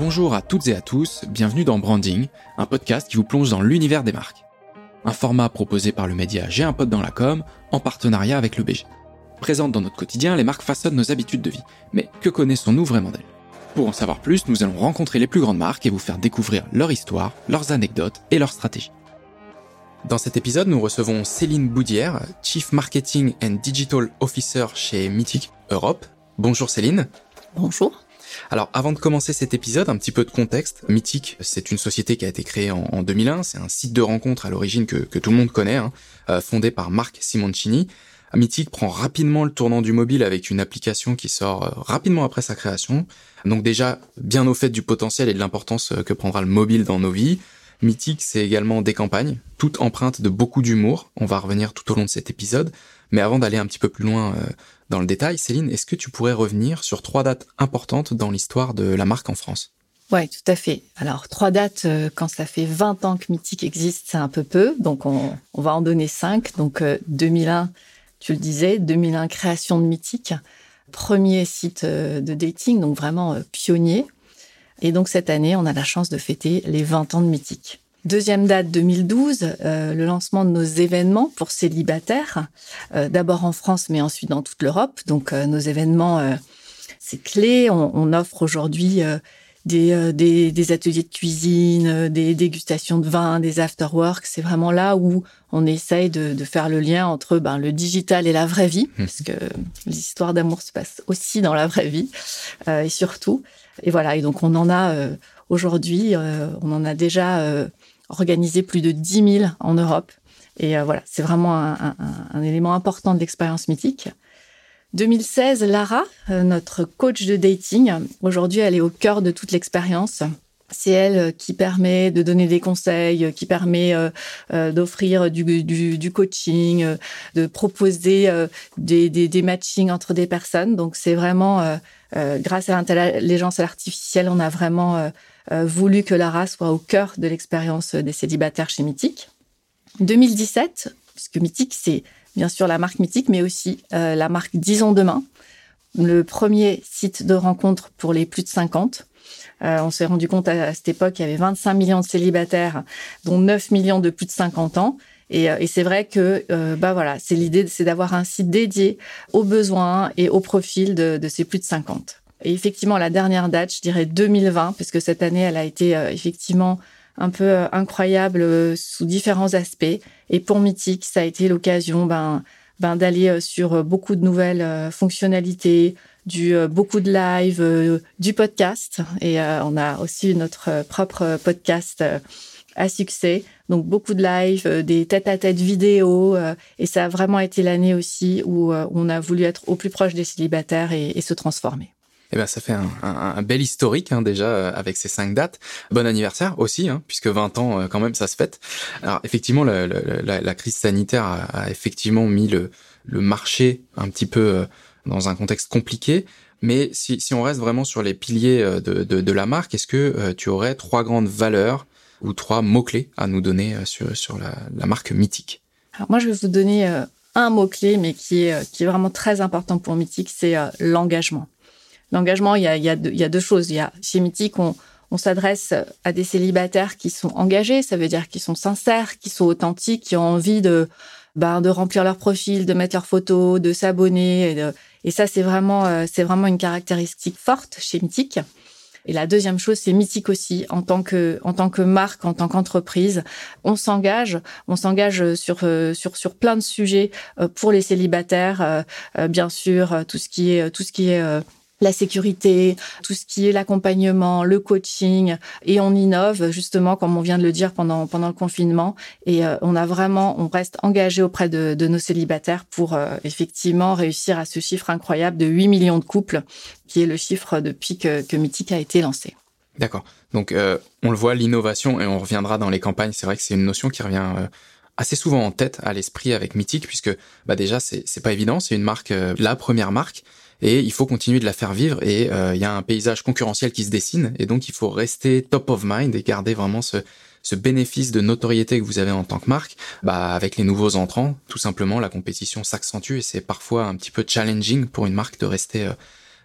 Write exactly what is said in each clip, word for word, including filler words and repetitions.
Bonjour à toutes et à tous, bienvenue dans Branding, un podcast qui vous plonge dans l'univers des marques. Un format proposé par le média J'ai un pote dans la com, en partenariat avec le B G. Présentes dans notre quotidien, les marques façonnent nos habitudes de vie. Mais que connaissons-nous vraiment d'elles ? Pour en savoir plus, nous allons rencontrer les plus grandes marques et vous faire découvrir leur histoire, leurs anecdotes et leurs stratégies. Dans cet épisode, nous recevons Céline Boudière, Chief Marketing and Digital Officer chez Mythic Europe. Bonjour Céline. Bonjour. Alors, avant de commencer cet épisode, un petit peu de contexte. Mythic, c'est une société qui a été créée en, en deux mille un. C'est un site de rencontre à l'origine que, que tout le monde connaît, hein, euh, fondé par Marc Simoncini. Mythic prend rapidement le tournant du mobile avec une application qui sort euh, rapidement après sa création. Donc déjà, bien au fait du potentiel et de l'importance que prendra le mobile dans nos vies. Mythic, c'est également des campagnes, toutes empreintes de beaucoup d'humour. On va revenir tout au long de cet épisode. Mais avant d'aller un petit peu plus loin euh, dans le détail, Céline, est-ce que tu pourrais revenir sur trois dates importantes dans l'histoire de la marque en France ? Oui, tout à fait. Alors, trois dates, euh, quand ça fait vingt ans que Mythic existe, c'est un peu peu. Donc, on, on va en donner cinq. Donc, euh, deux mille un, tu le disais, deux mille un, création de Mythic. Premier site euh, de dating, donc vraiment euh, pionnier. Et donc, cette année, on a la chance de fêter les vingt ans de Mythic. Deuxième date, deux mille douze, euh, le lancement de nos événements pour célibataires, euh, d'abord en France, mais ensuite dans toute l'Europe. Donc, euh, nos événements, euh, c'est clé. On, on offre aujourd'hui euh, des, euh, des, des ateliers de cuisine, euh, des dégustations de vin, des after-work. C'est vraiment là où on essaye de, de faire le lien entre ben, le digital et la vraie vie, mmh. parce que les histoires d'amour se passent aussi dans la vraie vie, euh, et surtout. Et voilà, et donc on en a euh, aujourd'hui, euh, on en a déjà euh, organisé plus de dix mille en Europe. Et euh, voilà, c'est vraiment un, un, un élément important de l'expérience Mythic. deux mille seize, Lara, euh, notre coach de dating, aujourd'hui elle est au cœur de toute l'expérience. C'est elle qui permet de donner des conseils, qui permet euh, euh, d'offrir du, du, du coaching, euh, de proposer euh, des, des, des matchings entre des personnes. Donc, c'est vraiment, euh, euh, grâce à l'intelligence artificielle, on a vraiment euh, euh, voulu que Lara soit au cœur de l'expérience des célibataires chez Mythic. deux mille dix-sept, puisque Mythic, c'est bien sûr la marque Mythic, mais aussi euh, la marque Disons Demain, le premier site de rencontre pour les plus de cinquante. Euh, on s'est rendu compte à, à cette époque qu'il y avait vingt-cinq millions de célibataires, dont neuf millions de plus de cinquante ans. Et, et c'est vrai que euh, bah voilà, c'est l'idée, c'est d'avoir un site dédié aux besoins et au profil de, de ces plus de cinquante. Et effectivement, la dernière date, je dirais deux mille vingt, parce que cette année, elle a été euh, effectivement un peu euh, incroyable euh, sous différents aspects. Et pour Mythic, ça a été l'occasion ben, ben, d'aller euh, sur beaucoup de nouvelles euh, fonctionnalités, du euh, beaucoup de live, euh, du podcast. Et euh, on a aussi notre propre podcast euh, à succès. Donc, beaucoup de live, euh, des tête-à-tête vidéo. Euh, et ça a vraiment été l'année aussi où euh, on a voulu être au plus proche des célibataires et, et se transformer. Eh ben, ça fait un, un, un bel historique hein, déjà euh, avec ces cinq dates. Bon anniversaire aussi, hein, puisque vingt ans euh, quand même ça se fête. Alors effectivement, le, le, la, la crise sanitaire a, a effectivement mis le, le marché un petit peu euh, dans un contexte compliqué. Mais si, si on reste vraiment sur les piliers de, de, de la marque, est-ce que euh, tu aurais trois grandes valeurs ou trois mots-clés à nous donner euh, sur, sur la, la marque Mythic ? Alors moi, je vais vous donner euh, un mot-clé, mais qui est, euh, qui est vraiment très important pour Mythic, c'est euh, l'engagement. L'engagement, il y a, il y a, deux, il y a deux choses. Il y a, chez Mythic, on, on s'adresse à des célibataires qui sont engagés, ça veut dire qu'ils sont sincères, qui sont authentiques, qui ont envie de, ben, de remplir leur profil, de mettre leurs photos, de s'abonner. Et, de, et ça, c'est vraiment, euh, c'est vraiment une caractéristique forte chez Mythic. Et la deuxième chose, c'est Mythic aussi, en tant que, en tant que marque, en tant qu'entreprise. On s'engage, on s'engage sur, euh, sur, sur plein de sujets euh, pour les célibataires. Euh, euh, bien sûr, tout ce qui est, tout ce qui est, euh, la sécurité, tout ce qui est l'accompagnement, le coaching, et on innove justement, comme on vient de le dire pendant pendant le confinement. Et euh, on a vraiment, on reste engagé auprès de, de nos célibataires pour euh, effectivement réussir à ce chiffre incroyable de huit millions de couples, qui est le chiffre depuis que, que Mythic a été lancé. D'accord. Donc euh, on le voit, l'innovation, et on reviendra dans les campagnes. C'est vrai que c'est une notion qui revient euh, assez souvent en tête, à l'esprit avec Mythic, puisque bah déjà c'est c'est pas évident, c'est une marque, euh, la première marque. Et il faut continuer de la faire vivre et il euh, y a un paysage concurrentiel qui se dessine et donc il faut rester top of mind et garder vraiment ce, ce bénéfice de notoriété que vous avez en tant que marque. Bah, avec les nouveaux entrants, tout simplement, la compétition s'accentue et c'est parfois un petit peu challenging pour une marque de rester, euh,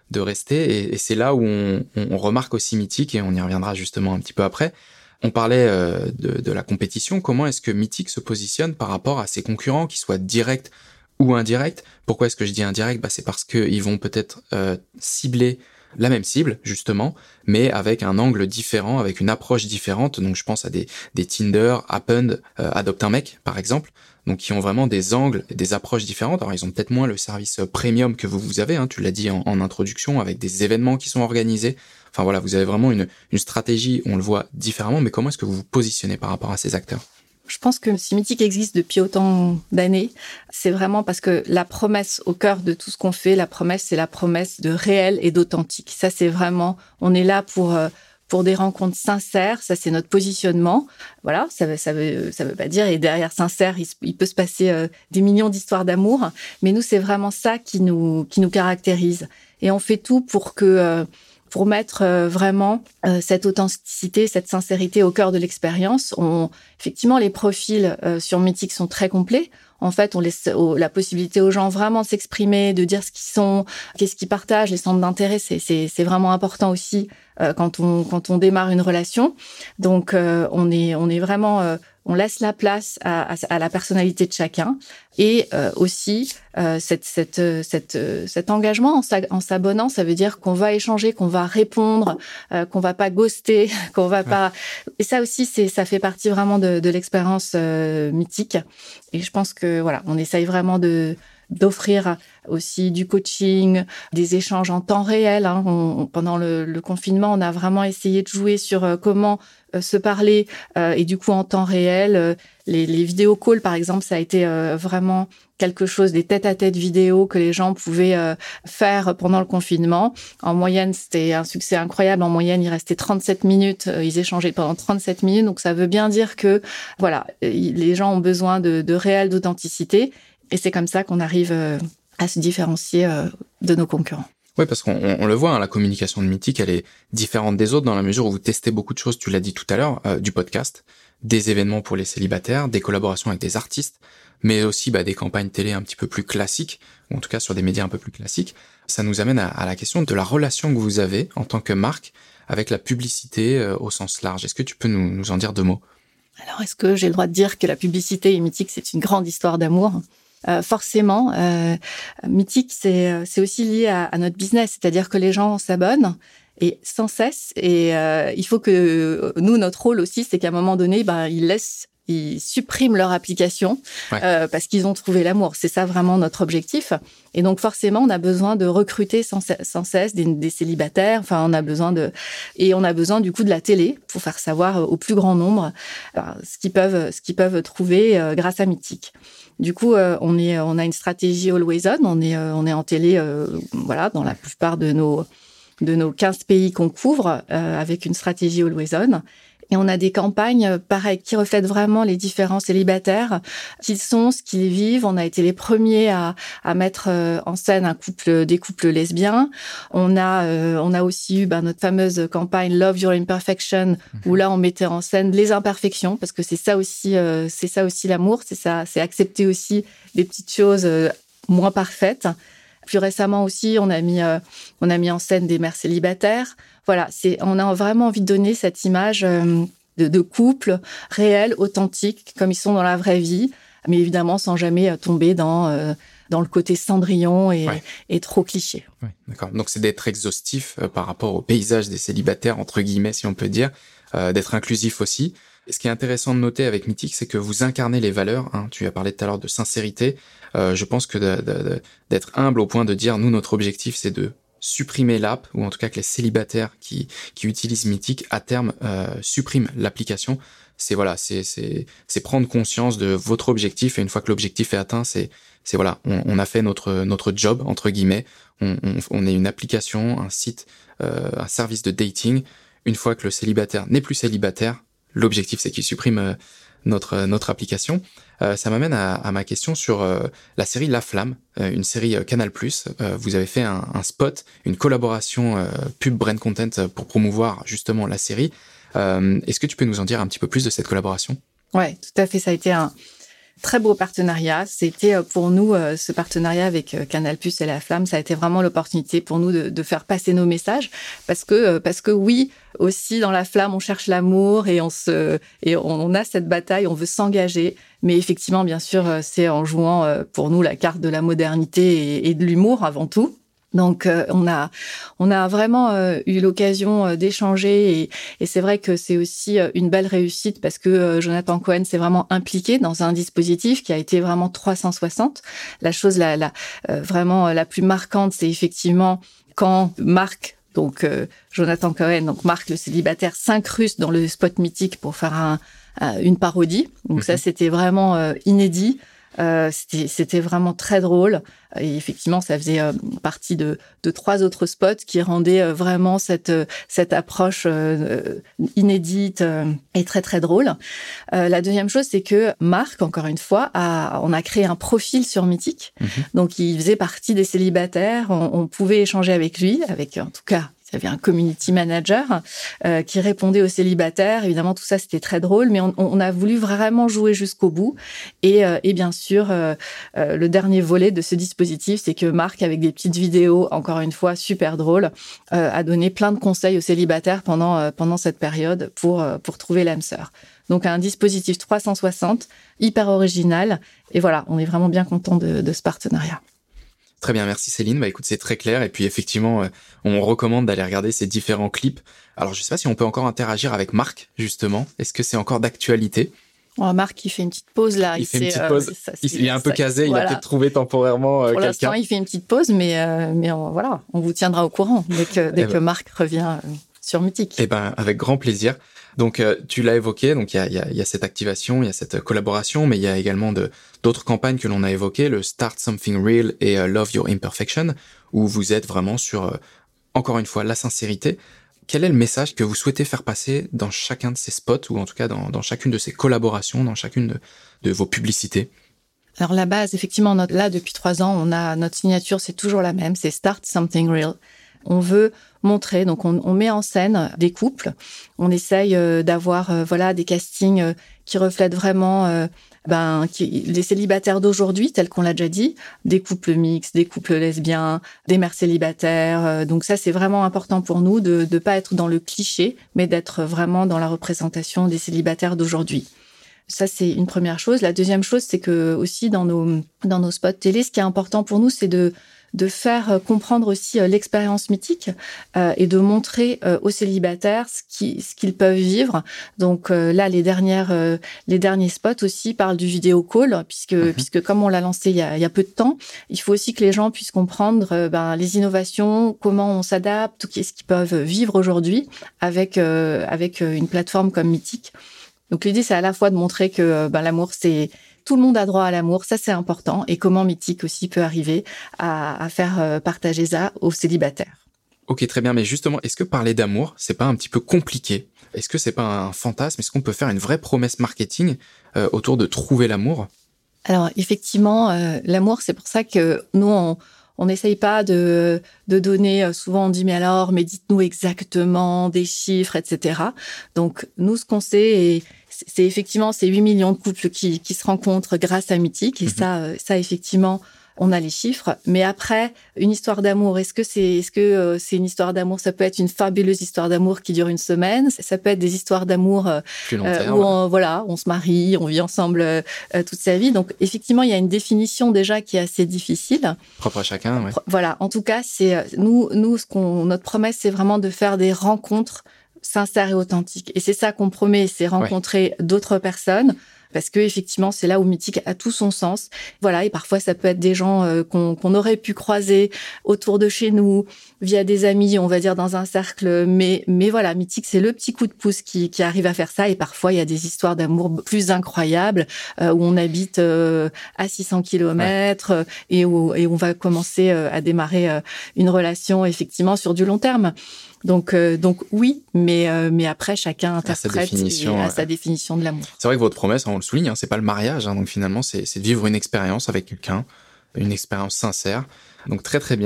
de rester. Et, et c'est là où on, on, on remarque aussi Mythic, et on y reviendra justement un petit peu après. On parlait euh, de, de la compétition. Comment est-ce que Mythic se positionne par rapport à ses concurrents, qu'ils soient directs ou indirects? Pourquoi est-ce que je dis indirect? Bah, c'est parce qu'ils vont peut-être euh, cibler la même cible, justement, mais avec un angle différent, avec une approche différente. Donc je pense à des, des Tinder, Append, euh, Adopte un mec, par exemple, donc qui ont vraiment des angles et des approches différentes. Alors ils ont peut-être moins le service premium que vous, vous avez, hein, tu l'as dit en, en introduction, avec des événements qui sont organisés. Enfin voilà, vous avez vraiment une, une stratégie, on le voit différemment, mais comment est-ce que vous vous positionnez par rapport à ces acteurs? Je pense que si Mythic existe depuis autant d'années, c'est vraiment parce que la promesse au cœur de tout ce qu'on fait, la promesse, c'est la promesse de réel et d'authentique. Ça, c'est vraiment, on est là pour pour des rencontres sincères. Ça, c'est notre positionnement. Voilà, ça veut ça veut ça veut pas dire, et derrière sincère, il, il peut se passer euh, des millions d'histoires d'amour. Mais nous, c'est vraiment ça qui nous qui nous caractérise. Et on fait tout pour que euh, pour mettre euh, vraiment euh, cette authenticité, cette sincérité au cœur de l'expérience. On, effectivement, les profils euh, sur Mythic sont très complets. En fait, on laisse au, la possibilité aux gens vraiment de s'exprimer, de dire ce qu'ils sont, qu'est-ce qu'ils partagent, les centres d'intérêt. C'est, c'est, c'est vraiment important aussi euh, quand on quand on démarre une relation. Donc, euh, on est on est vraiment euh, on laisse la place à, à, à la personnalité de chacun, et euh, aussi euh, cette, cette, cette, cet engagement en, sa, en s'abonnant, ça veut dire qu'on va échanger, qu'on va répondre, euh, qu'on va pas ghoster, qu'on va ouais. pas. Et ça aussi, c'est ça fait partie vraiment de, de l'expérience euh, Mythic. Et je pense que voilà, on essaye vraiment de d'offrir aussi du coaching, des échanges en temps réel. Hein. On, pendant le, le confinement, on a vraiment essayé de jouer sur euh, comment euh, se parler euh, et du coup en temps réel. Euh, les, les vidéo calls, par exemple, ça a été euh, vraiment quelque chose, des tête-à-tête vidéo que les gens pouvaient euh, faire pendant le confinement. En moyenne, c'était un succès incroyable. En moyenne, il restait trente-sept minutes. Euh, ils échangeaient pendant trente-sept minutes. Donc, ça veut bien dire que voilà, les gens ont besoin de, de réel, d'authenticité. Et c'est comme ça qu'on arrive euh, à se différencier euh, de nos concurrents. Oui, parce qu'on on le voit, hein, la communication de Mythic, elle est différente des autres dans la mesure où vous testez beaucoup de choses, tu l'as dit tout à l'heure, euh, du podcast, des événements pour les célibataires, des collaborations avec des artistes, mais aussi bah, des campagnes télé un petit peu plus classiques, ou en tout cas sur des médias un peu plus classiques. Ça nous amène à, à la question de la relation que vous avez en tant que marque avec la publicité euh, au sens large. Est-ce que tu peux nous, nous en dire deux mots? Alors, est-ce que j'ai le droit de dire que la publicité et Mythic, c'est une grande histoire d'amour ? Euh, forcément, euh, Mythic, c'est, c'est aussi lié à, à notre business, c'est-à-dire que les gens s'abonnent et sans cesse. Et euh, il faut que nous, notre rôle aussi, c'est qu'à un moment donné, ben ils laissent, ils suppriment leur application ouais. euh, parce qu'ils ont trouvé l'amour. C'est ça vraiment notre objectif. Et donc forcément, on a besoin de recruter sans, sans cesse des, des célibataires. Enfin, on a besoin de et on a besoin du coup de la télé pour faire savoir au plus grand nombre ben, ce qu'ils peuvent, ce qu'ils peuvent trouver euh, grâce à Mythic. Du coup, euh, on est, on a une stratégie always on. On est, euh, on est en télé, euh, voilà, dans la plupart de nos, de nos quinze pays qu'on couvre, euh, avec une stratégie always on. Et on a des campagnes, pareil, qui reflètent vraiment les différents célibataires, qui sont, ce qu'ils vivent. On a été les premiers à, à mettre en scène un couple, des couples lesbiens. On a, euh, on a aussi eu ben, notre fameuse campagne Love Your Imperfection, où là, on mettait en scène les imperfections, parce que c'est ça aussi, euh, c'est ça aussi l'amour, c'est ça, c'est accepter aussi des petites choses euh, moins parfaites. Plus récemment aussi, on a mis, euh, on a mis en scène des mères célibataires. Voilà, c'est, on a vraiment envie de donner cette image euh, de, de couple réel, authentique, comme ils sont dans la vraie vie, mais évidemment sans jamais tomber dans euh, dans le côté Cendrillon et, ouais. et trop cliché. Ouais, d'accord. Donc c'est d'être exhaustif euh, par rapport au paysage des célibataires, entre guillemets, si on peut dire, euh, d'être inclusif aussi. Et ce qui est intéressant de noter avec Mythic, c'est que vous incarnez les valeurs. Hein, tu as parlé tout à l'heure de sincérité. Euh, je pense que de, de, de, d'être humble au point de dire, nous, notre objectif, c'est de supprimer l'app, ou en tout cas que les célibataires qui qui utilisent Mythic à terme euh, suppriment l'application. C'est voilà, c'est c'est c'est prendre conscience de votre objectif, et une fois que l'objectif est atteint, c'est c'est voilà, on, on a fait notre notre job entre guillemets. On on, on est une application, un site, euh, un service de dating. Une fois que le célibataire n'est plus célibataire, l'objectif c'est qu'il supprime euh, notre notre application. Euh, ça m'amène à, à ma question sur euh, la série La Flamme, euh, une série euh, Canal+. Euh, vous avez fait un, un spot, une collaboration euh, pub brand content pour promouvoir justement la série. Euh, est-ce que tu peux nous en dire un petit peu plus de cette collaboration ? Ouais, tout à fait. Ça a été un Très beau partenariat. C'était pour nous, ce partenariat avec Canal+ et La Flamme, ça a été vraiment l'opportunité pour nous de, de faire passer nos messages. Parce que, parce que oui, aussi dans La Flamme, on cherche l'amour et on se, et on a cette bataille, on veut s'engager. Mais effectivement, bien sûr, c'est en jouant pour nous la carte de la modernité et, et de l'humour avant tout. Donc, euh, on a on a vraiment euh, eu l'occasion euh, d'échanger et, et c'est vrai que c'est aussi euh, une belle réussite parce que euh, Jonathan Cohen s'est vraiment impliqué dans un dispositif qui a été vraiment trois cent soixante. La chose la, la euh, vraiment la plus marquante, c'est effectivement quand Marc, donc euh, Jonathan Cohen, donc Marc le célibataire, s'incruste dans le spot mythique pour faire un, un, une parodie. Donc mmh. ça, c'était vraiment euh, inédit. Euh, c'était, c'était vraiment très drôle et effectivement ça faisait euh, partie de, de trois autres spots qui rendaient euh, vraiment cette, cette approche euh, inédite euh, et très très drôle. Euh, la deuxième chose, c'est que Marc, encore une fois, a, on a créé un profil sur Mythique, mmh. donc il faisait partie des célibataires, on, on pouvait échanger avec lui, avec en tout cas il y avait un community manager euh, qui répondait aux célibataires. Évidemment, tout ça, c'était très drôle, mais on, on a voulu vraiment jouer jusqu'au bout. Et, euh, et bien sûr, euh, euh, le dernier volet de ce dispositif, c'est que Marc, avec des petites vidéos, encore une fois, super drôles, euh, a donné plein de conseils aux célibataires pendant, euh, pendant cette période pour, euh, pour trouver l'âme sœur. Donc, un dispositif trois cent soixante, hyper original. Et voilà, on est vraiment bien content de, de ce partenariat. Très bien, merci Céline. Bah écoute, c'est très clair. Et puis effectivement, euh, on recommande d'aller regarder ces différents clips. Alors je sais pas si on peut encore interagir avec Marc, justement. Est-ce que c'est encore d'actualité ? Oh, Marc, il fait une petite pause là. Il, il fait une petite euh, pause. Ça, il, il est un peu ça, casé. voilà. Il a peut-être trouvé temporairement euh, Pour quelqu'un. l'instant, il fait une petite pause, mais euh, mais on, voilà, on vous tiendra au courant dès que dès eh que ben, Marc revient euh, sur Mythique. Eh ben, avec grand plaisir. Donc, euh, tu l'as évoqué, donc il y a, y, a, y a cette activation, il y a cette collaboration, mais il y a également de, d'autres campagnes que l'on a évoquées, le Start Something Real et euh, Love Your Imperfection, où vous êtes vraiment sur, euh, encore une fois, la sincérité. Quel est le message que vous souhaitez faire passer dans chacun de ces spots, ou en tout cas dans, dans chacune de ces collaborations, dans chacune de, de vos publicités ? Alors la base, effectivement, notre, là, depuis trois ans, on a notre signature, c'est toujours la même, c'est Start Something Real. On veut montrer, donc on, on met en scène des couples, on essaye euh, d'avoir euh, voilà des castings euh, qui reflètent vraiment euh, ben qui, les célibataires d'aujourd'hui, tels qu'on l'a déjà dit, des couples mixtes, des couples lesbiens, des mères célibataires. Euh, donc ça, c'est vraiment important pour nous de de pas être dans le cliché, mais d'être vraiment dans la représentation des célibataires d'aujourd'hui. Ça, c'est une première chose. La deuxième chose, c'est que aussi dans nos dans nos spots télé, ce qui est important pour nous, c'est de de faire comprendre aussi l'expérience mythique euh, et de montrer euh, aux célibataires ce, qui, ce qu'ils peuvent vivre. Donc euh, là, les dernières, euh, les derniers spots aussi parlent du vidéo call, puisque mm-hmm. puisque comme on l'a lancé il y a, il y a peu de temps, il faut aussi que les gens puissent comprendre euh, ben, les innovations, comment on s'adapte, qu'est-ce qu'ils peuvent vivre aujourd'hui avec euh, avec une plateforme comme Mythique. Donc l'idée, c'est à la fois de montrer que ben, l'amour, c'est tout le monde a droit à l'amour, ça c'est important, et comment Mythique aussi peut arriver à, à faire partager ça aux célibataires. Ok, très bien, mais justement, est-ce que parler d'amour, c'est pas un petit peu compliqué ? Est-ce que c'est pas un fantasme ? Est-ce qu'on peut faire une vraie promesse marketing euh, autour de trouver l'amour ? Alors effectivement, euh, l'amour, c'est pour ça que nous, on on n'essaye pas de, de donner, souvent on dit, mais alors, mais dites-nous exactement des chiffres, et cetera. Donc, nous, ce qu'on sait, et c'est effectivement ces huit millions de couples qui, qui se rencontrent grâce à Mythique. Et mmh. ça, ça, effectivement, on a les chiffres. Mais après, une histoire d'amour, est-ce que c'est, est-ce que euh, c'est une histoire d'amour? Ça peut être une fabuleuse histoire d'amour qui dure une semaine. Ça peut être des histoires d'amour euh, euh, où on, voilà, on se marie, on vit ensemble euh, toute sa vie. Donc, effectivement, il y a une définition déjà qui est assez difficile. Propre à chacun, oui. Voilà. En tout cas, c'est nous, nous, ce qu'on, notre promesse, c'est vraiment de faire des rencontres sincères et authentiques. Et c'est ça qu'on promet, c'est rencontrer ouais. d'autres personnes. Parce que effectivement, c'est là où Mythique a tout son sens. Voilà, et parfois ça peut être des gens euh, qu'on, qu'on aurait pu croiser autour de chez nous, via des amis, on va dire dans un cercle. Mais mais voilà, Mythique, c'est le petit coup de pouce qui qui arrive à faire ça. Et parfois, il y a des histoires d'amour plus incroyables euh, où on habite euh, à six cents kilomètres ouais. et où et on va commencer euh, à démarrer euh, une relation effectivement sur du long terme. Donc, euh, donc oui, mais euh, mais après chacun interprète à sa définition, à sa définition de l'amour. C'est vrai que votre promesse, on le souligne, hein, c'est pas le mariage, hein, donc finalement c'est c'est de vivre une expérience avec quelqu'un, une expérience sincère. Donc très très bien.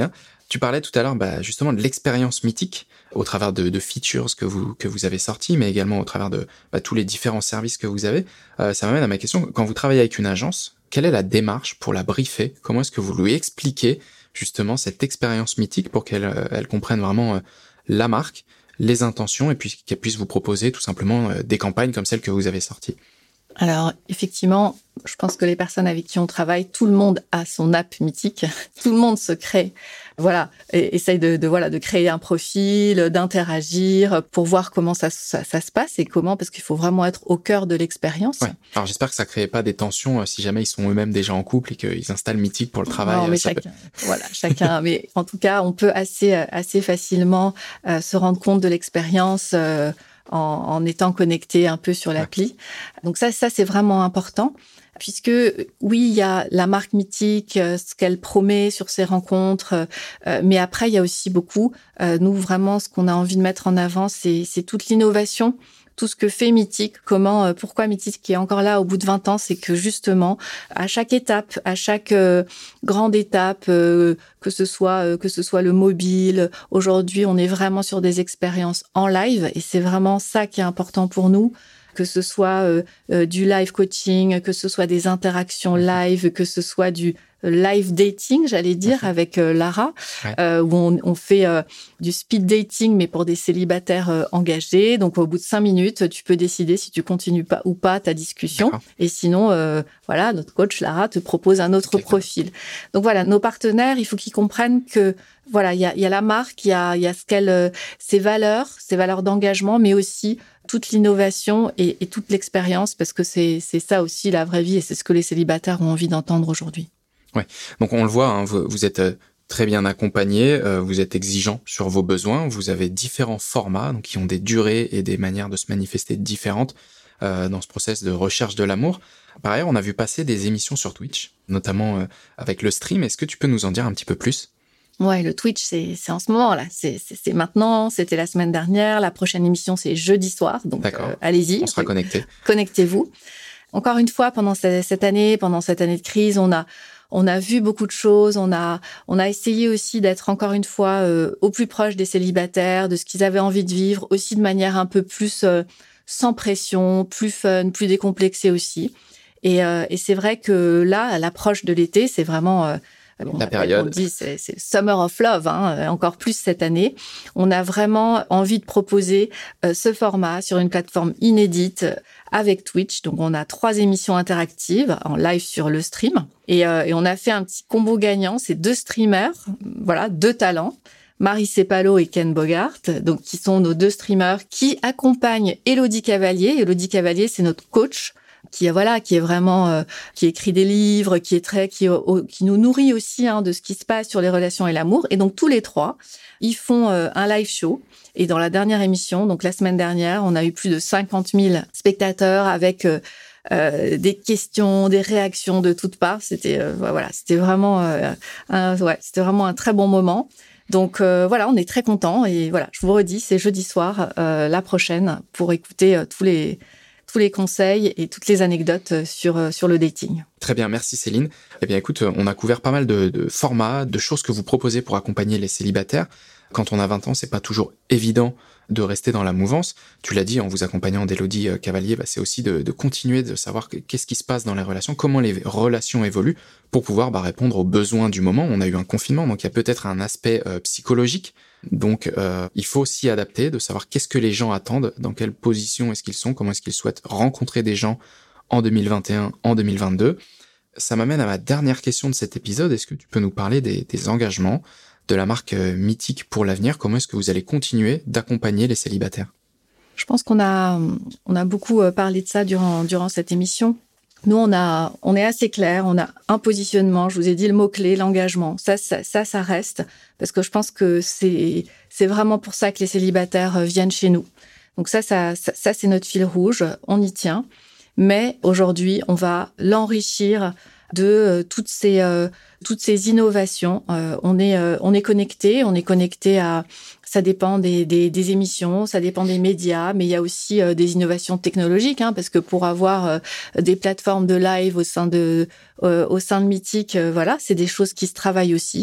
Tu parlais tout à l'heure bah, justement de l'expérience mythique au travers de, de features que vous que vous avez sortis, mais également au travers de bah, tous les différents services que vous avez. Euh, ça m'amène à ma question, quand vous travaillez avec une agence, quelle est la démarche pour la briefer? Comment est-ce que vous lui expliquez justement cette expérience mythique pour qu'elle euh, elle comprenne vraiment euh, la marque, les intentions, et puis qu'elle puisse vous proposer tout simplement euh, des campagnes comme celles que vous avez sorties? Alors, effectivement, je pense que les personnes avec qui on travaille, tout le monde a son app mythique. Tout le monde se crée, voilà, et essaye de, de, voilà, de créer un profil, d'interagir pour voir comment ça, ça, ça se passe et comment, parce qu'il faut vraiment être au cœur de l'expérience. Ouais. Alors, j'espère que ça crée pas des tensions euh, si jamais ils sont eux-mêmes déjà en couple et qu'ils installent Mythique pour le travail. Non, mais ça chacun, peut... voilà, chacun. Mais en tout cas, on peut assez, assez facilement euh, se rendre compte de l'expérience euh, en, en étant connecté un peu sur l'appli. Ouais. Donc ça, ça c'est vraiment important. Puisque oui, il y a la marque Mythique, euh, ce qu'elle promet sur ses rencontres, euh, mais après il y a aussi beaucoup. Euh, nous vraiment, ce qu'on a envie de mettre en avant, c'est, c'est toute l'innovation, tout ce que fait Mythique. Comment, euh, pourquoi Mythique est encore là au bout de vingt ans, c'est que justement, à chaque étape, à chaque euh, grande étape, euh, que ce soit euh, que ce soit le mobile, aujourd'hui, on est vraiment sur des expériences en live, et c'est vraiment ça qui est important pour nous. Que ce soit euh, euh, du live coaching, que ce soit des interactions live, que ce soit du live dating, j'allais dire, avec euh, Lara, ouais. euh, où on, on fait euh, du speed dating, mais pour des célibataires euh, engagés. Donc, au bout de cinq minutes, tu peux décider si tu continues pas ou pas ta discussion. D'accord. Et sinon, euh, voilà, notre coach Lara te propose un autre okay. profil. Donc, voilà, nos partenaires, il faut qu'ils comprennent que voilà, il y a, il y a la marque, il y a, il y a ce qu'elle, euh, ses valeurs, ses valeurs d'engagement, mais aussi toute l'innovation et, et toute l'expérience, parce que c'est, c'est ça aussi la vraie vie, et c'est ce que les célibataires ont envie d'entendre aujourd'hui. Ouais, donc on le voit, hein, vous, vous êtes très bien accompagné, euh, vous êtes exigeant sur vos besoins, vous avez différents formats, donc qui ont des durées et des manières de se manifester différentes euh, dans ce process de recherche de l'amour. Par ailleurs, on a vu passer des émissions sur Twitch, notamment euh, avec le stream. Est-ce que tu peux nous en dire un petit peu plus ? Ouais, le Twitch, c'est, c'est en ce moment, là. C'est, c'est, c'est maintenant, c'était la semaine dernière. La prochaine émission, c'est jeudi soir. Donc, euh, allez-y. On sera connectés. Connectez-vous. Encore une fois, pendant cette année, pendant cette année de crise, on a, on a vu beaucoup de choses. On a, on a essayé aussi d'être encore une fois euh, au plus proche des célibataires, de ce qu'ils avaient envie de vivre, aussi de manière un peu plus euh, sans pression, plus fun, plus décomplexée aussi. Et, euh, et c'est vrai que là, à l'approche de l'été, c'est vraiment... Euh, Bon, la période. On dit c'est, c'est Summer of Love, hein, encore plus cette année. On a vraiment envie de proposer euh, ce format sur une plateforme inédite avec Twitch. Donc, on a trois émissions interactives en live sur le stream. Et, euh, et on a fait un petit combo gagnant. C'est deux streamers, voilà, deux talents. Marie Cepalo et Ken Bogart, donc qui sont nos deux streamers qui accompagnent Élodie Cavalier. Élodie Cavalier, c'est notre coach. qui voilà qui est vraiment euh, qui écrit des livres, qui est très qui euh, qui nous nourrit aussi hein, de ce qui se passe sur les relations et l'amour. Et donc tous les trois, ils font euh, un live show. Et dans la dernière émission, donc la semaine dernière, on a eu plus de cinquante mille spectateurs avec euh, euh, des questions, des réactions de toutes parts. C'était euh, voilà, c'était vraiment euh, un, ouais, c'était vraiment un très bon moment. Donc euh, voilà, on est très contents. Et voilà, je vous redis, c'est jeudi soir euh, la prochaine pour écouter euh, tous les tous les conseils et toutes les anecdotes sur, sur le dating. Très bien, merci Céline. Eh bien écoute, on a couvert pas mal de, de formats, de choses que vous proposez pour accompagner les célibataires. Quand on a vingt ans, c'est pas toujours évident de rester dans la mouvance. Tu l'as dit, en vous accompagnant d'Élodie Cavalier, bah, c'est aussi de, de continuer de savoir qu'est-ce qui se passe dans les relations, comment les relations évoluent pour pouvoir bah, répondre aux besoins du moment. On a eu un confinement, donc il y a peut-être un aspect euh, psychologique. Donc, euh, il faut s'y adapter, de savoir qu'est-ce que les gens attendent, dans quelle position est-ce qu'ils sont, comment est-ce qu'ils souhaitent rencontrer des gens en deux mille vingt et un, en deux mille vingt-deux. Ça m'amène à ma dernière question de cet épisode. Est-ce que tu peux nous parler des, des engagements de la marque euh, Mythique pour l'avenir? Comment est-ce que vous allez continuer d'accompagner les célibataires? Je pense qu'on a, on a beaucoup parlé de ça durant, durant cette émission. Nous, on a, on est assez clair, on a un positionnement. Je vous ai dit le mot-clé, l'engagement. Ça, ça, ça, ça reste. Parce que je pense que c'est, c'est vraiment pour ça que les célibataires viennent chez nous. Donc ça, ça, ça, ça c'est notre fil rouge. On y tient. Mais aujourd'hui, on va l'enrichir de euh, toutes ces, euh, toutes ces innovations. Euh, on est, euh, on est connecté, on est connecté à, ça dépend des, des, des émissions, ça dépend des médias, mais il y a aussi euh, des innovations technologiques, hein, parce que pour avoir euh, des plateformes de live au sein de, euh, au sein de Mythique, euh, voilà, c'est des choses qui se travaillent aussi.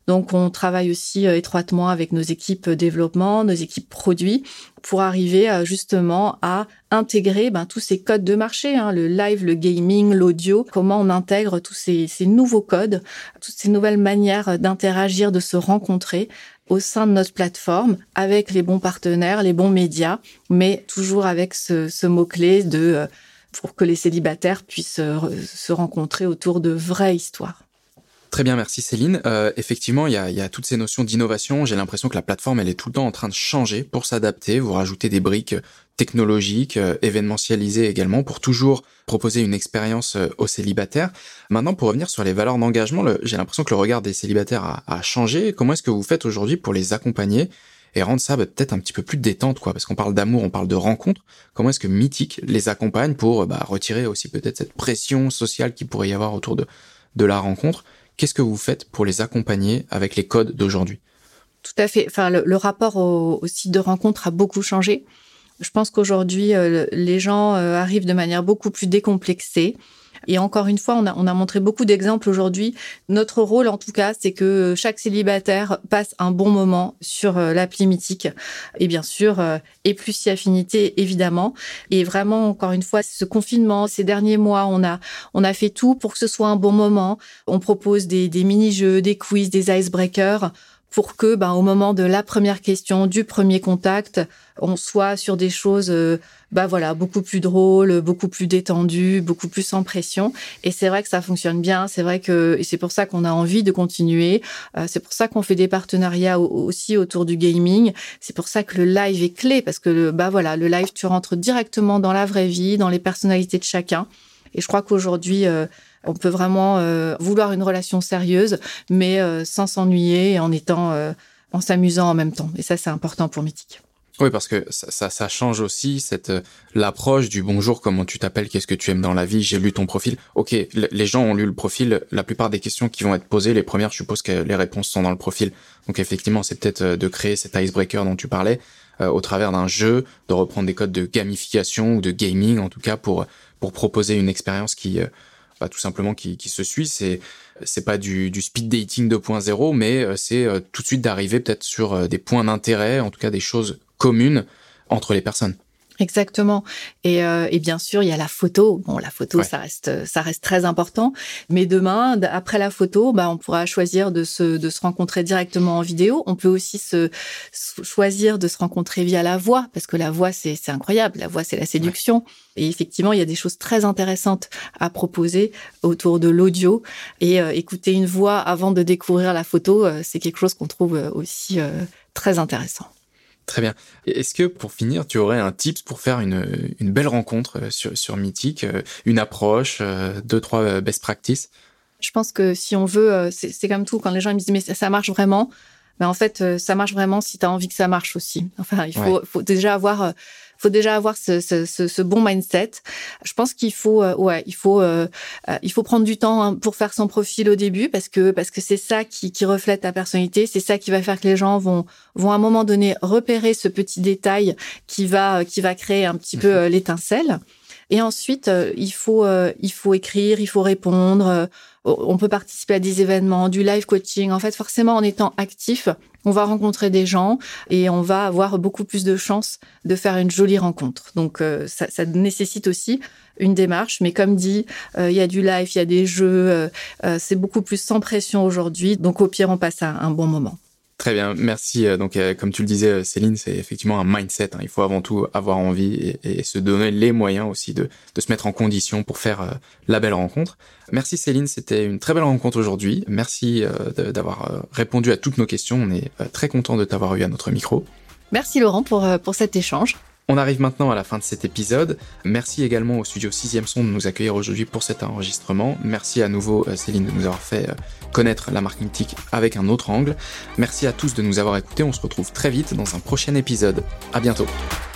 Donc, on travaille aussi étroitement avec nos équipes développement, nos équipes produits, pour arriver à, justement à intégrer ben, tous ces codes de marché, hein, le live, le gaming, l'audio, comment on intègre tous ces, ces nouveaux codes, toutes ces nouvelles manières d'interagir, de se rencontrer au sein de notre plateforme, avec les bons partenaires, les bons médias, mais toujours avec ce, ce mot-clé de euh, pour que les célibataires puissent euh, se rencontrer autour de vraies histoires. Très bien, merci Céline. Euh, effectivement, il y a, il y a toutes ces notions d'innovation. J'ai l'impression que la plateforme, elle est tout le temps en train de changer pour s'adapter. Vous rajoutez des briques technologiques, euh, événementialisées également, pour toujours proposer une expérience euh, aux célibataires. Maintenant, pour revenir sur les valeurs d'engagement, le, j'ai l'impression que le regard des célibataires a, a changé. Comment est-ce que vous faites aujourd'hui pour les accompagner et rendre ça bah, peut-être un petit peu plus détente, quoi, parce qu'on parle d'amour, on parle de rencontre. Comment est-ce que Mythique les accompagne pour bah, retirer aussi peut-être cette pression sociale qu'il pourrait y avoir autour de, de la rencontre? Qu'est-ce que vous faites pour les accompagner avec les codes d'aujourd'hui? Tout à fait. Enfin, le, le rapport au, au site de rencontre a beaucoup changé. Je pense qu'aujourd'hui, euh, les gens euh, arrivent de manière beaucoup plus décomplexée. Et encore une fois, on a, on a montré beaucoup d'exemples aujourd'hui. Notre rôle, en tout cas, c'est que chaque célibataire passe un bon moment sur euh, l'appli Mythique. Et bien sûr, euh, et plus si affinité, évidemment. Et vraiment, encore une fois, ce confinement, ces derniers mois, on a, on a fait tout pour que ce soit un bon moment. On propose des, des mini-jeux, des quiz, des icebreakers, pour que, ben, au moment de la première question, du premier contact, on soit sur des choses, euh, ben voilà, beaucoup plus drôles, beaucoup plus détendues, beaucoup plus sans pression. Et c'est vrai que ça fonctionne bien. C'est vrai que, et c'est pour ça qu'on a envie de continuer. Euh, c'est pour ça qu'on fait des partenariats au, aussi autour du gaming. C'est pour ça que le live est clé, parce que, le, ben voilà, le live, tu rentres directement dans la vraie vie, dans les personnalités de chacun. Et je crois qu'aujourd'hui, euh, on peut vraiment euh, vouloir une relation sérieuse, mais euh, sans s'ennuyer et en étant, euh, en s'amusant en même temps. Et ça, c'est important pour Mythique. Oui, parce que ça, ça, ça change aussi cette euh, l'approche du bonjour, comment tu t'appelles, qu'est-ce que tu aimes dans la vie, j'ai lu ton profil. Ok, l- les gens ont lu le profil, la plupart des questions qui vont être posées, les premières, je suppose que les réponses sont dans le profil. Donc effectivement, c'est peut-être euh, de créer cet icebreaker dont tu parlais, euh, au travers d'un jeu, de reprendre des codes de gamification ou de gaming, en tout cas, pour pour proposer une expérience qui... Euh, Bah, tout simplement qui, qui se suit. C'est c'est pas du, du speed dating deux point zéro, mais c'est euh, tout de suite d'arriver peut-être sur euh, des points d'intérêt, en tout cas des choses communes entre les personnes. Exactement. Et, euh, et bien sûr, il y a la photo. Bon, la photo, Ouais. ça reste, ça reste très important. Mais demain, après la photo, bah, on pourra choisir de se, de se rencontrer directement en vidéo. On peut aussi se, se choisir de se rencontrer via la voix, parce que la voix, c'est, c'est incroyable. La voix, c'est la séduction. Ouais. Et effectivement, il y a des choses très intéressantes à proposer autour de l'audio. Et euh, écouter une voix avant de découvrir la photo, euh, c'est quelque chose qu'on trouve aussi euh, très intéressant. Très bien. Est-ce que, pour finir, tu aurais un tips pour faire une, une belle rencontre sur, sur Mythique, une approche, deux, trois best practices? Je pense que si on veut, c'est, c'est comme tout, quand les gens me disent « mais ça, ça marche vraiment », ben en fait, ça marche vraiment si tu as envie que ça marche aussi. Enfin, il faut, ouais. faut déjà avoir... faut déjà avoir ce, ce, ce, ce bon mindset. Je pense qu'il faut, euh, ouais, il faut, euh, euh, il faut prendre du temps hein, pour faire son profil au début, parce que parce que c'est ça qui, qui reflète ta personnalité, c'est ça qui va faire que les gens vont vont à un moment donné repérer ce petit détail qui va qui va créer un petit mmh. peu euh, l'étincelle. Et ensuite, euh, il faut euh, il faut écrire, il faut répondre. Euh, on peut participer à des événements, du live coaching. En fait, forcément, en étant actif, on va rencontrer des gens et on va avoir beaucoup plus de chances de faire une jolie rencontre. Donc, euh, ça, ça nécessite aussi une démarche. Mais comme dit, euh, il y a du live, il y a des jeux. Euh, euh, c'est beaucoup plus sans pression aujourd'hui. Donc, au pire, on passe à un bon moment. Très bien, merci. Donc, euh, comme tu le disais, Céline, c'est effectivement un mindset. Hein. Il faut avant tout avoir envie et, et se donner les moyens aussi de, de se mettre en condition pour faire euh, la belle rencontre. Merci Céline, c'était une très belle rencontre aujourd'hui. Merci euh, de, d'avoir euh, répondu à toutes nos questions. On est euh, très content de t'avoir eu à notre micro. Merci Laurent pour, euh, pour cet échange. On arrive maintenant à la fin de cet épisode. Merci également au studio sixième Son de nous accueillir aujourd'hui pour cet enregistrement. Merci à nouveau Céline de nous avoir fait connaître la marque Mythique avec un autre angle. Merci à tous de nous avoir écoutés. On se retrouve très vite dans un prochain épisode. À bientôt.